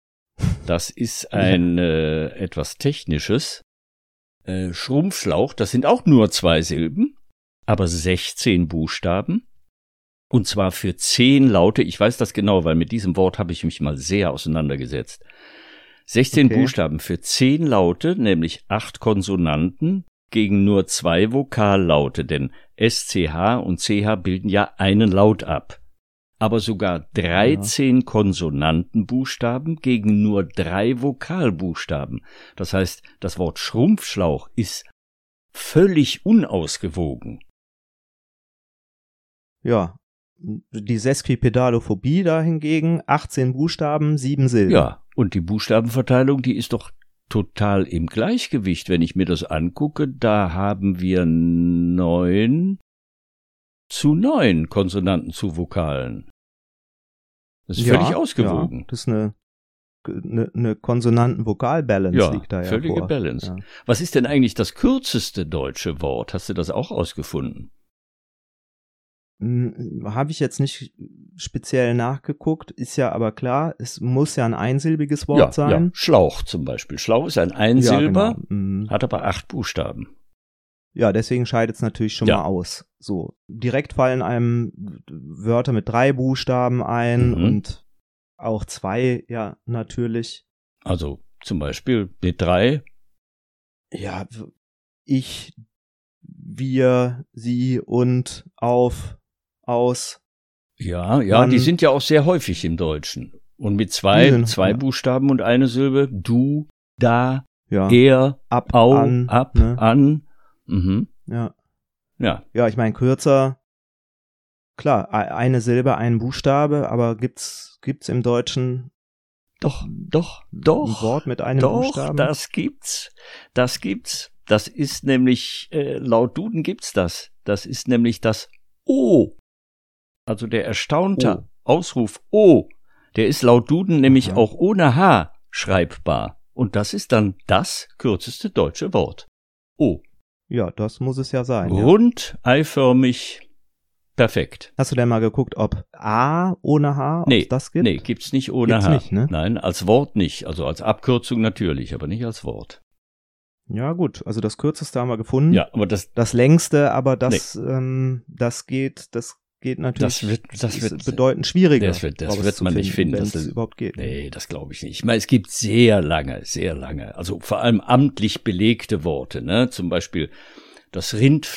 Das ist ein äh, etwas Technisches. Äh, Schrumpfschlauch, das sind auch nur zwei Silben, aber sechzehn Buchstaben. Und zwar für zehn Laute. Ich weiß das genau, weil mit diesem Wort habe ich mich mal sehr auseinandergesetzt. sechzehn Okay. Buchstaben für zehn Laute, nämlich acht Konsonanten, gegen nur zwei Vokallaute, denn S C H und C H bilden ja einen Laut ab. Aber sogar dreizehn Konsonantenbuchstaben gegen nur drei Vokalbuchstaben. Das heißt, das Wort Schrumpfschlauch ist völlig unausgewogen. Ja. Die Sesquipedalophobie dahingegen, achtzehn Buchstaben, sieben Silben. Ja, und die Buchstabenverteilung, die ist doch total im Gleichgewicht. Wenn ich mir das angucke, da haben wir neun zu neun Konsonanten zu Vokalen. Das ist Ja, völlig ausgewogen. Ja, das ist eine, eine, eine Konsonanten-Vokal-Balance Ja, liegt da ja völlige vor. Balance. Ja. Was ist denn eigentlich das kürzeste deutsche Wort? Hast du das auch ausgefunden? Hm, habe ich jetzt nicht speziell nachgeguckt, ist ja aber klar, es muss ja ein einsilbiges Wort ja, sein. ja, Schlauch zum Beispiel. Schlauch ist ein Einsilber, Ja, genau. Mhm. hat aber acht Buchstaben. Ja, deswegen scheidet es natürlich schon Ja. mal aus. So, direkt fallen einem Wörter mit drei Buchstaben ein Mhm. und auch zwei, ja, natürlich. Also zum Beispiel mit drei. Ja, w- ich, wir, sie und auf, aus. Ja, ja, Man- die sind ja auch sehr häufig im Deutschen. Und mit Die zwei, sind- zwei ja. Buchstaben und eine Silbe. Du, da, Ja, er, ab, au, an, ab, ne? an. Mhm. Ja. Ja, Ja, ich meine kürzer, klar, e- eine Silbe, ein Buchstabe, aber gibt's gibt's im Deutschen doch, doch, ein doch. Wort mit einem Doch, Buchstaben? das gibt's. Das gibt's. Das ist nämlich, äh, laut Duden gibt's das. Das ist nämlich das O. Also der erstaunte Ausruf O. Der ist laut Duden nämlich Aha. auch ohne H schreibbar. Und das ist dann das kürzeste deutsche Wort. O. Ja, das muss es ja sein. Ja. Rund, eiförmig, perfekt. Hast du denn mal geguckt, ob A ohne H, ob Nee, es das gibt? nee, gibt's nicht ohne Gibt's H. nicht, ne? Nein, als Wort nicht. Also als Abkürzung natürlich, aber nicht als Wort. Ja gut, also das kürzeste haben wir gefunden. Ja, aber das das längste, aber das nee. ähm, das geht das geht natürlich das wird, das wird bedeutend schwieriger. Das wird, das wird man nicht finden, dass es überhaupt geht. Nee, das glaube ich nicht. Ich meine, es gibt sehr lange, sehr lange, also vor allem amtlich belegte Worte, ne? Zum Beispiel das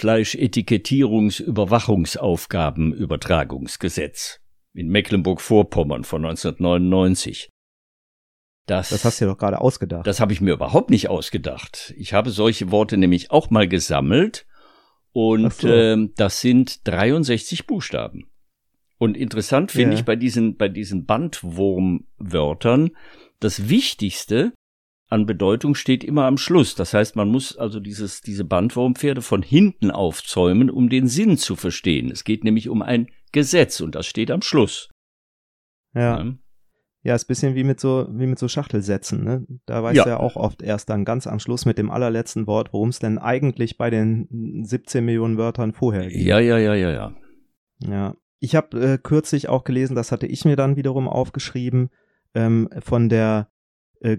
Rindfleisch-Etikettierungs-Überwachungsaufgabenübertragungsgesetz in Mecklenburg-Vorpommern von neunzehnhundertneunundneunzig. Das, das hast du dir doch gerade ausgedacht. Das habe ich mir überhaupt nicht ausgedacht. Ich habe solche Worte nämlich auch mal gesammelt und so. äh, das sind dreiundsechzig Buchstaben. Und interessant finde ja. ich bei diesen, bei diesen Bandwurmwörtern, das Wichtigste an Bedeutung steht immer am Schluss. Das heißt, man muss also dieses, diese Bandwurmpferde von hinten aufzäumen, um den Sinn zu verstehen. Es geht nämlich um ein Gesetz und das steht am Schluss. Ja. ja. Ja, ist ein bisschen wie mit so, wie mit so Schachtelsätzen, ne? Da weißt ja. du ja auch oft erst dann ganz am Schluss mit dem allerletzten Wort, worum es denn eigentlich bei den siebzehn Millionen Wörtern vorher geht. Ja, ja, ja, ja, ja. Ja. Ich habe äh, kürzlich auch gelesen, das hatte ich mir dann wiederum aufgeschrieben, ähm, von der äh,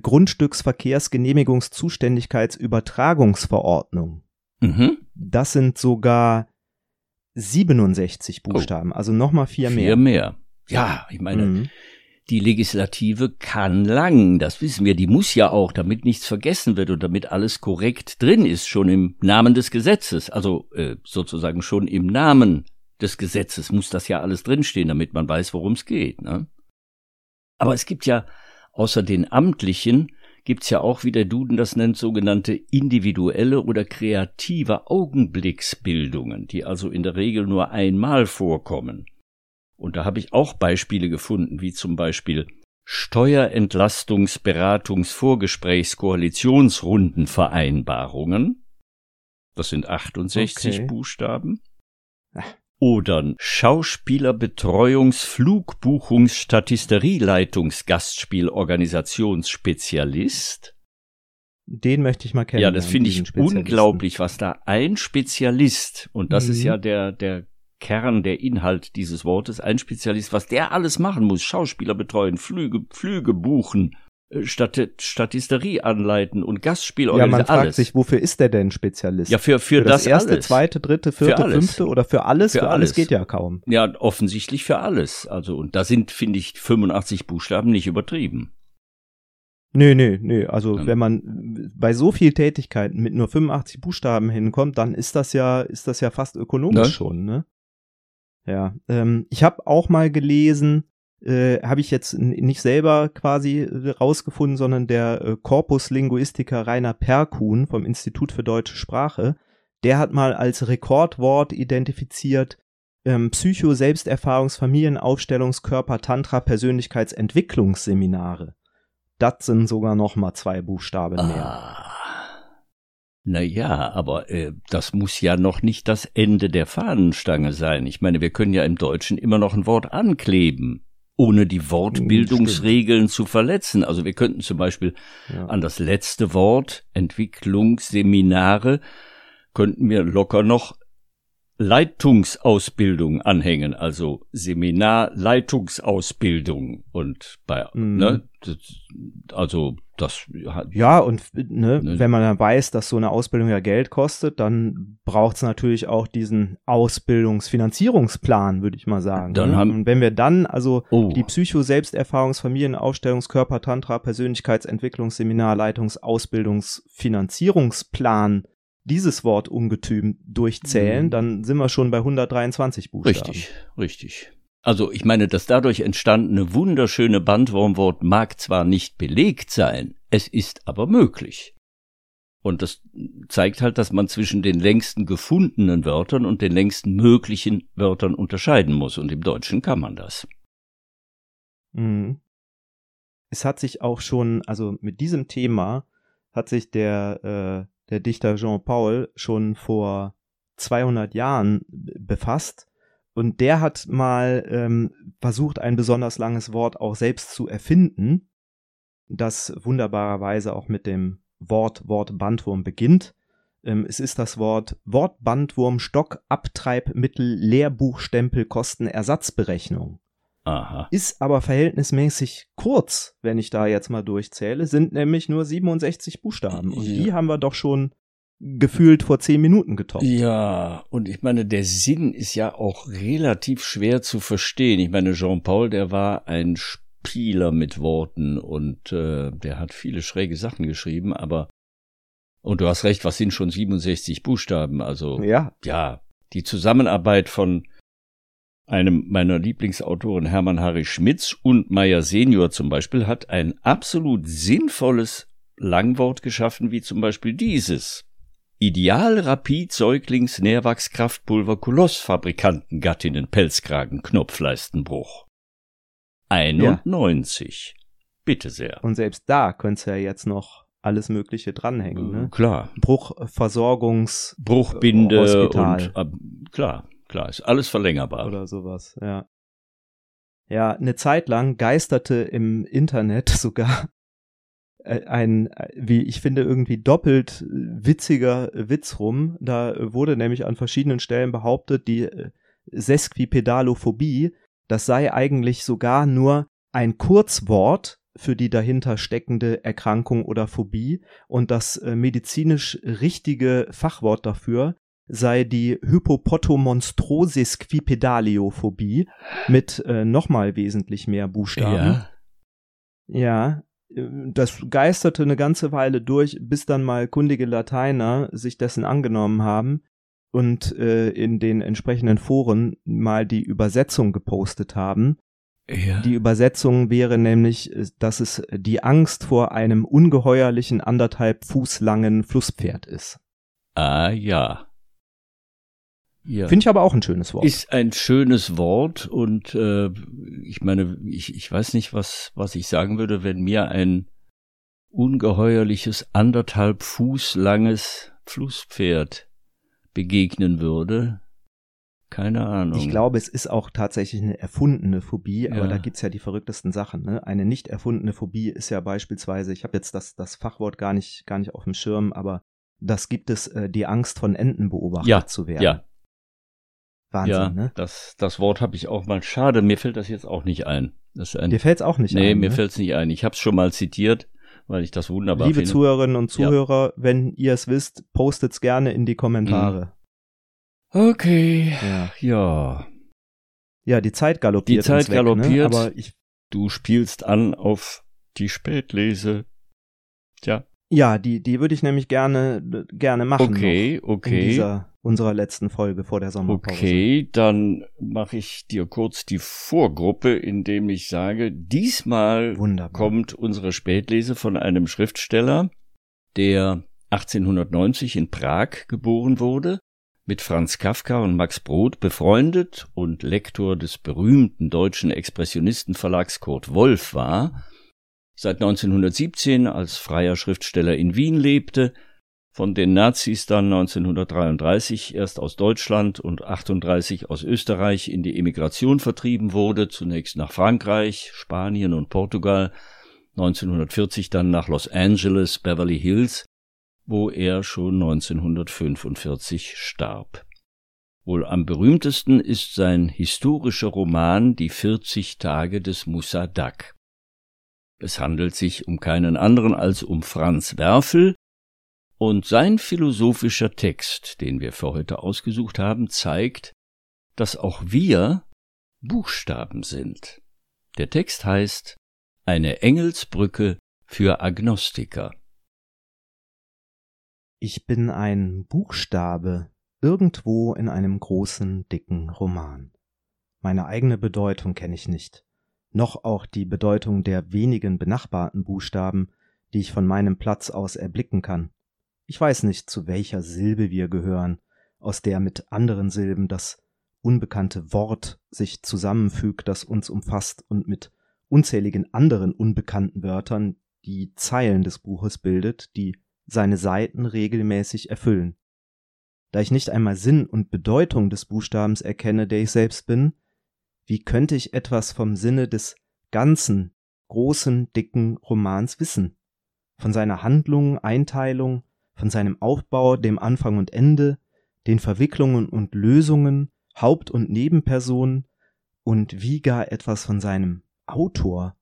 Grundstücksverkehrsgenehmigungszuständigkeitsübertragungsverordnung. Mhm. Das sind sogar siebenundsechzig Buchstaben, oh. also nochmal vier mehr. Vier mehr. Ja, ich meine, mhm. die Legislative kann lang, das wissen wir, die muss ja auch, damit nichts vergessen wird und damit alles korrekt drin ist, schon im Namen des Gesetzes, also äh, sozusagen schon im Namen des Gesetzes muss das ja alles drinstehen, damit man weiß, worum es geht. Ne? Aber es gibt ja, außer den amtlichen, gibt's ja auch, wie der Duden das nennt, sogenannte individuelle oder kreative Augenblicksbildungen, die also in der Regel nur einmal vorkommen. Und da habe ich auch Beispiele gefunden, wie zum Beispiel Steuerentlastungs-, Beratungs-, Vorgesprächs-, Koalitionsrundenvereinbarungen. Das sind achtundsechzig okay. Buchstaben. Oder Schauspielerbetreuungs-, Flugbuchungs-, Statisterieleitungs-, Gastspielorganisationsspezialist. Den möchte ich mal kennen. Ja, das finde ich unglaublich, was da ein Spezialist, und das mhm. ist ja der, der Kern, der Inhalt dieses Wortes, ein Spezialist, was der alles machen muss, Schauspieler betreuen, Flüge, Flüge buchen, Stat- Statisterie anleiten und Gastspiel organisieren, ja, man fragt alles. sich, wofür ist der denn Spezialist? Ja, für, für, für das, das erste, alles. zweite, dritte, vierte, fünfte oder für alles? Für, für alles. alles geht ja kaum. Ja, offensichtlich für alles. Also, und da sind, finde ich, fünfundachtzig Buchstaben nicht übertrieben. Nö, nö, nö. Also ja. wenn man bei so viel Tätigkeiten mit nur fünfundachtzig Buchstaben hinkommt, dann ist das ja, ist das ja fast ökonomisch ja. schon, ne? Ja, ähm, ich habe auch mal gelesen, äh, habe ich jetzt n- nicht selber quasi äh, rausgefunden, sondern der äh, Corpus Linguistiker Rainer Perkuhn vom Institut für Deutsche Sprache, der hat mal als Rekordwort identifiziert ähm, Psycho-, Selbsterfahrungs-, Familienaufstellungs-, Körper-, Tantra-, Persönlichkeitsentwicklungsseminare. Das sind sogar noch mal zwei Buchstaben mehr. Ah. Na ja, aber äh, das muss ja noch nicht das Ende der Fahnenstange sein. Ich meine, wir können ja im Deutschen immer noch ein Wort ankleben, ohne die Wortbildungsregeln zu verletzen. Also wir könnten zum Beispiel ja. an das letzte Wort, Entwicklungsseminare, könnten wir locker noch Leitungsausbildung anhängen, also Seminarleitungsausbildung und bei, mhm. ne, das, also das hat, ja, und ne, ne, wenn man dann weiß, dass so eine Ausbildung ja Geld kostet, dann braucht es natürlich auch diesen Ausbildungsfinanzierungsplan, würde ich mal sagen. Dann ne? haben, und wenn wir dann also oh. die Psycho-, Selbsterfahrungs-, Familienaufstellungs-, Körper-, Tantra-, Persönlichkeitsentwicklungsseminar-, Leitungsausbildungsfinanzierungsplan dieses Wort Ungetüm durchzählen, mhm. dann sind wir schon bei hundertdreiundzwanzig Buchstaben. Richtig, richtig. Also ich meine, das dadurch entstandene wunderschöne Bandwurmwort mag zwar nicht belegt sein, es ist aber möglich. Und das zeigt halt, dass man zwischen den längsten gefundenen Wörtern und den längsten möglichen Wörtern unterscheiden muss. Und im Deutschen kann man das. Mhm. Es hat sich auch schon, also mit diesem Thema hat sich der äh, der Dichter Jean Paul schon vor zweihundert Jahren befasst und der hat mal ähm, versucht, ein besonders langes Wort auch selbst zu erfinden, das wunderbarerweise auch mit dem Wort Wort Bandwurm beginnt. Ähm, es ist das Wort Wortbandwurm Stock Abtreibmittel Lehrbuchstempel Kostenersatzberechnung. Aha. Ist aber verhältnismäßig kurz, wenn ich da jetzt mal durchzähle, sind nämlich nur siebenundsechzig Buchstaben. Und Ja. die haben wir doch schon gefühlt vor zehn Minuten getoppt. Ja, und ich meine, der Sinn ist ja auch relativ schwer zu verstehen. Ich meine, Jean-Paul, der war ein Spieler mit Worten und äh, der hat viele schräge Sachen geschrieben, aber, und du hast recht, was sind schon siebenundsechzig Buchstaben? Also, Ja. ja, die Zusammenarbeit von einem meiner Lieblingsautoren, Hermann Harry Schmitz, und Meyer Senior zum Beispiel, hat ein absolut sinnvolles Langwort geschaffen, wie zum Beispiel dieses. Ideal Rapid Säuglings Nährwachskraftpulver Kolossfabrikanten Gattinnen Pelzkragen Knopfleistenbruch. einundneunzig. Ja. Bitte sehr. Und selbst da könntest du ja jetzt noch alles Mögliche dranhängen, ne? Klar. Bruchversorgungs Bruchbinde Hospital. und äh, klar, klar, ist alles verlängerbar. Oder sowas, ja. Ja, eine Zeit lang geisterte im Internet sogar ein, wie ich finde, irgendwie doppelt witziger Witz rum. Da wurde nämlich an verschiedenen Stellen behauptet, die Sesquipedalophobie, das sei eigentlich sogar nur ein Kurzwort für die dahinter steckende Erkrankung oder Phobie und das medizinisch richtige Fachwort dafür sei die Hippopotomonstrosesquipedaliophobie mit äh, nochmal wesentlich mehr Buchstaben. Ja. Ja. Das geisterte eine ganze Weile durch, bis dann mal kundige Lateiner sich dessen angenommen haben und äh, in den entsprechenden Foren mal die Übersetzung gepostet haben. Ja. Die Übersetzung wäre nämlich, dass es die Angst vor einem ungeheuerlichen anderthalb Fuß langen Flusspferd ist. Ah ja. Ja. Finde ich aber auch ein schönes Wort. Ist ein schönes Wort und äh, ich meine, ich, ich weiß nicht, was, was ich sagen würde, wenn mir ein ungeheuerliches, anderthalb Fuß langes Flusspferd begegnen würde. Keine Ahnung. Ich glaube, es ist auch tatsächlich eine erfundene Phobie, aber Ja. da gibt's ja die verrücktesten Sachen. Ne? Eine nicht erfundene Phobie ist ja beispielsweise, ich habe jetzt das, das Fachwort gar nicht, gar nicht auf dem Schirm, aber das gibt es, äh, die Angst von Enten beobachtet ja, zu werden. Ja, Wahnsinn, ja, ne? das, das Wort habe ich auch mal. Schade, mir fällt das jetzt auch nicht ein. Das ist ein, Dir fällt's auch nicht nee, ein, mir ne? fällt's nicht ein. Ich habe es schon mal zitiert, weil ich das wunderbar Liebe finde. Zuhörerinnen und Zuhörer, ja. Wenn ihr es wisst, postet's gerne in die Kommentare. Okay, Ja. ja. Ja, die Zeit galoppiert. Die Zeit uns weg, galoppiert. Ne? Aber ich, Du spielst an auf die Spätlese. Tja. ja, die, die würde ich nämlich gerne, gerne machen. Okay, noch okay. In dieser, unserer letzten Folge vor der Sommerpause. Okay, dann mache ich dir kurz die Vorgruppe, indem ich sage, diesmal Wunderbar. kommt unsere Spätlese von einem Schriftsteller, der achtzehnhundertneunzig in Prag geboren wurde, mit Franz Kafka und Max Brod befreundet und Lektor des berühmten deutschen Expressionistenverlags Kurt Wolf war, seit neunzehnhundertsiebzehn als freier Schriftsteller in Wien lebte, von den Nazis dann neunzehnhundertdreiunddreißig erst aus Deutschland und achtunddreißig aus Österreich in die Emigration vertrieben wurde, zunächst nach Frankreich, Spanien und Portugal, neunzehnhundertvierzig dann nach Los Angeles, Beverly Hills, wo er schon neunzehnhundertfünfundvierzig starb. Wohl am berühmtesten ist sein historischer Roman Die vierzig Tage des Musa Dagg. Es handelt sich um keinen anderen als um Franz Werfel, und sein philosophischer Text, den wir für heute ausgesucht haben, zeigt, dass auch wir Buchstaben sind. Der Text heißt Eine Engelsbrücke für Agnostiker. Ich bin ein Buchstabe irgendwo in einem großen, dicken Roman. Meine eigene Bedeutung kenne ich nicht, noch auch die Bedeutung der wenigen benachbarten Buchstaben, die ich von meinem Platz aus erblicken kann. Ich weiß nicht, zu welcher Silbe wir gehören, aus der mit anderen Silben das unbekannte Wort sich zusammenfügt, das uns umfasst und mit unzähligen anderen unbekannten Wörtern die Zeilen des Buches bildet, die seine Seiten regelmäßig erfüllen. Da ich nicht einmal Sinn und Bedeutung des Buchstabens erkenne, der ich selbst bin, wie könnte ich etwas vom Sinne des ganzen, großen, dicken Romans wissen? Von seiner Handlung, Einteilung, von seinem Aufbau, dem Anfang und Ende, den Verwicklungen und Lösungen, Haupt- und Nebenpersonen und wie gar etwas von seinem Autor.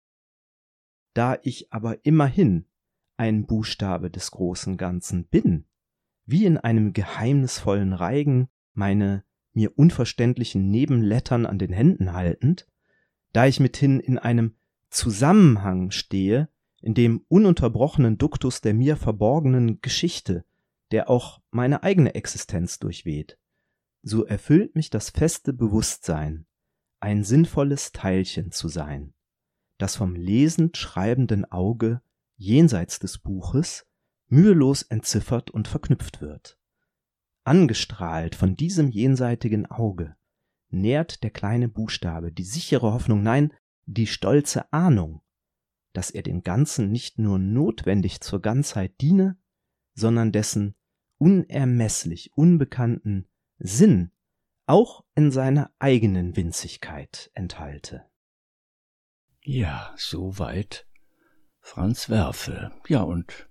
Da ich aber immerhin ein Buchstabe des großen Ganzen bin, wie in einem geheimnisvollen Reigen meine mir unverständlichen Nebenlettern an den Händen haltend, da ich mithin in einem Zusammenhang stehe, in dem ununterbrochenen Duktus der mir verborgenen Geschichte, der auch meine eigene Existenz durchweht, so erfüllt mich das feste Bewusstsein, ein sinnvolles Teilchen zu sein, das vom lesend schreibenden Auge jenseits des Buches mühelos entziffert und verknüpft wird. Angestrahlt von diesem jenseitigen Auge nährt der kleine Buchstabe die sichere Hoffnung, nein, die stolze Ahnung, dass er dem Ganzen nicht nur notwendig zur Ganzheit diene, sondern dessen unermesslich unbekannten Sinn auch in seiner eigenen Winzigkeit enthalte. Ja, soweit Franz Werfel. Ja, und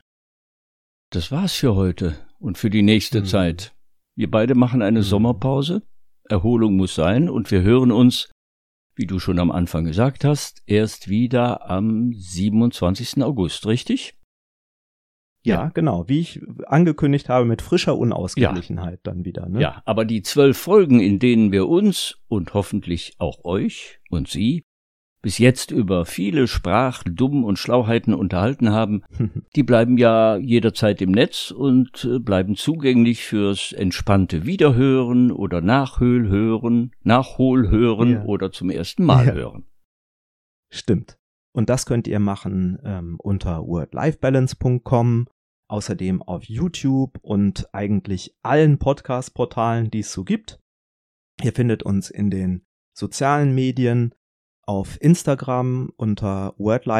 das war's für heute und für die nächste hm. Zeit. Wir beide machen eine hm. Sommerpause. Erholung muss sein und wir hören uns, wie du schon am Anfang gesagt hast, erst wieder am siebenundzwanzigsten August, richtig? Ja, ja, genau. Wie ich angekündigt habe, mit frischer Unausgeglichenheit ja. dann wieder. Ne? Ja, aber die zwölf Folgen, in denen wir uns und hoffentlich auch euch und Sie bis jetzt über viele Sprach-, Dumm- und Schlauheiten unterhalten haben, die bleiben ja jederzeit im Netz und bleiben zugänglich fürs entspannte Wiederhören oder Nachhören, Nachholhören ja. oder zum ersten Mal ja. hören. Stimmt. Und das könnt ihr machen ähm, unter word life balance punkt com, außerdem auf YouTube und eigentlich allen Podcast-Portalen, die es so gibt. Ihr findet uns in den sozialen Medien, auf Instagram unter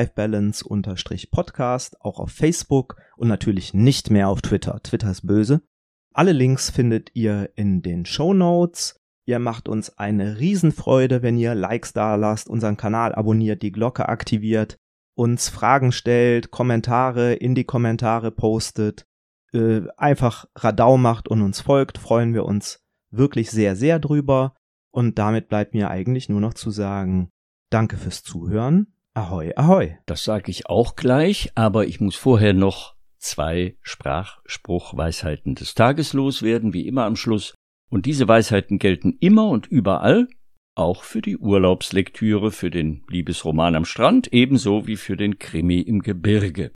word-life-balance-podcast, auch auf Facebook und natürlich nicht mehr auf Twitter. Twitter ist böse. Alle Links findet ihr in den Shownotes. Ihr macht uns eine Riesenfreude, wenn ihr Likes da lasst, unseren Kanal abonniert, die Glocke aktiviert, uns Fragen stellt, Kommentare in die Kommentare postet, äh, einfach Radau macht und uns folgt, freuen wir uns wirklich sehr, sehr drüber. Und damit bleibt mir eigentlich nur noch zu sagen, danke fürs Zuhören. Ahoi, ahoi. Das sage ich auch gleich, aber ich muss vorher noch zwei Sprachspruchweisheiten des Tages loswerden, wie immer am Schluss. Und diese Weisheiten gelten immer und überall, auch für die Urlaubslektüre, für den Liebesroman am Strand, ebenso wie für den Krimi im Gebirge.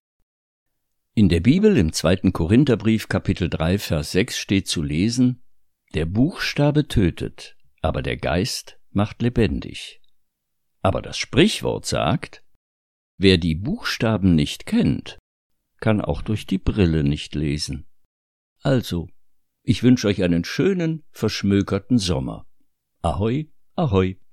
In der Bibel, im zweiten Korintherbrief, Kapitel drei, Vers sechs steht zu lesen: Der Buchstabe tötet, aber der Geist macht lebendig. Aber das Sprichwort sagt, wer die Buchstaben nicht kennt, kann auch durch die Brille nicht lesen. Also, ich wünsche euch einen schönen, verschmökerten Sommer. Ahoi, ahoi.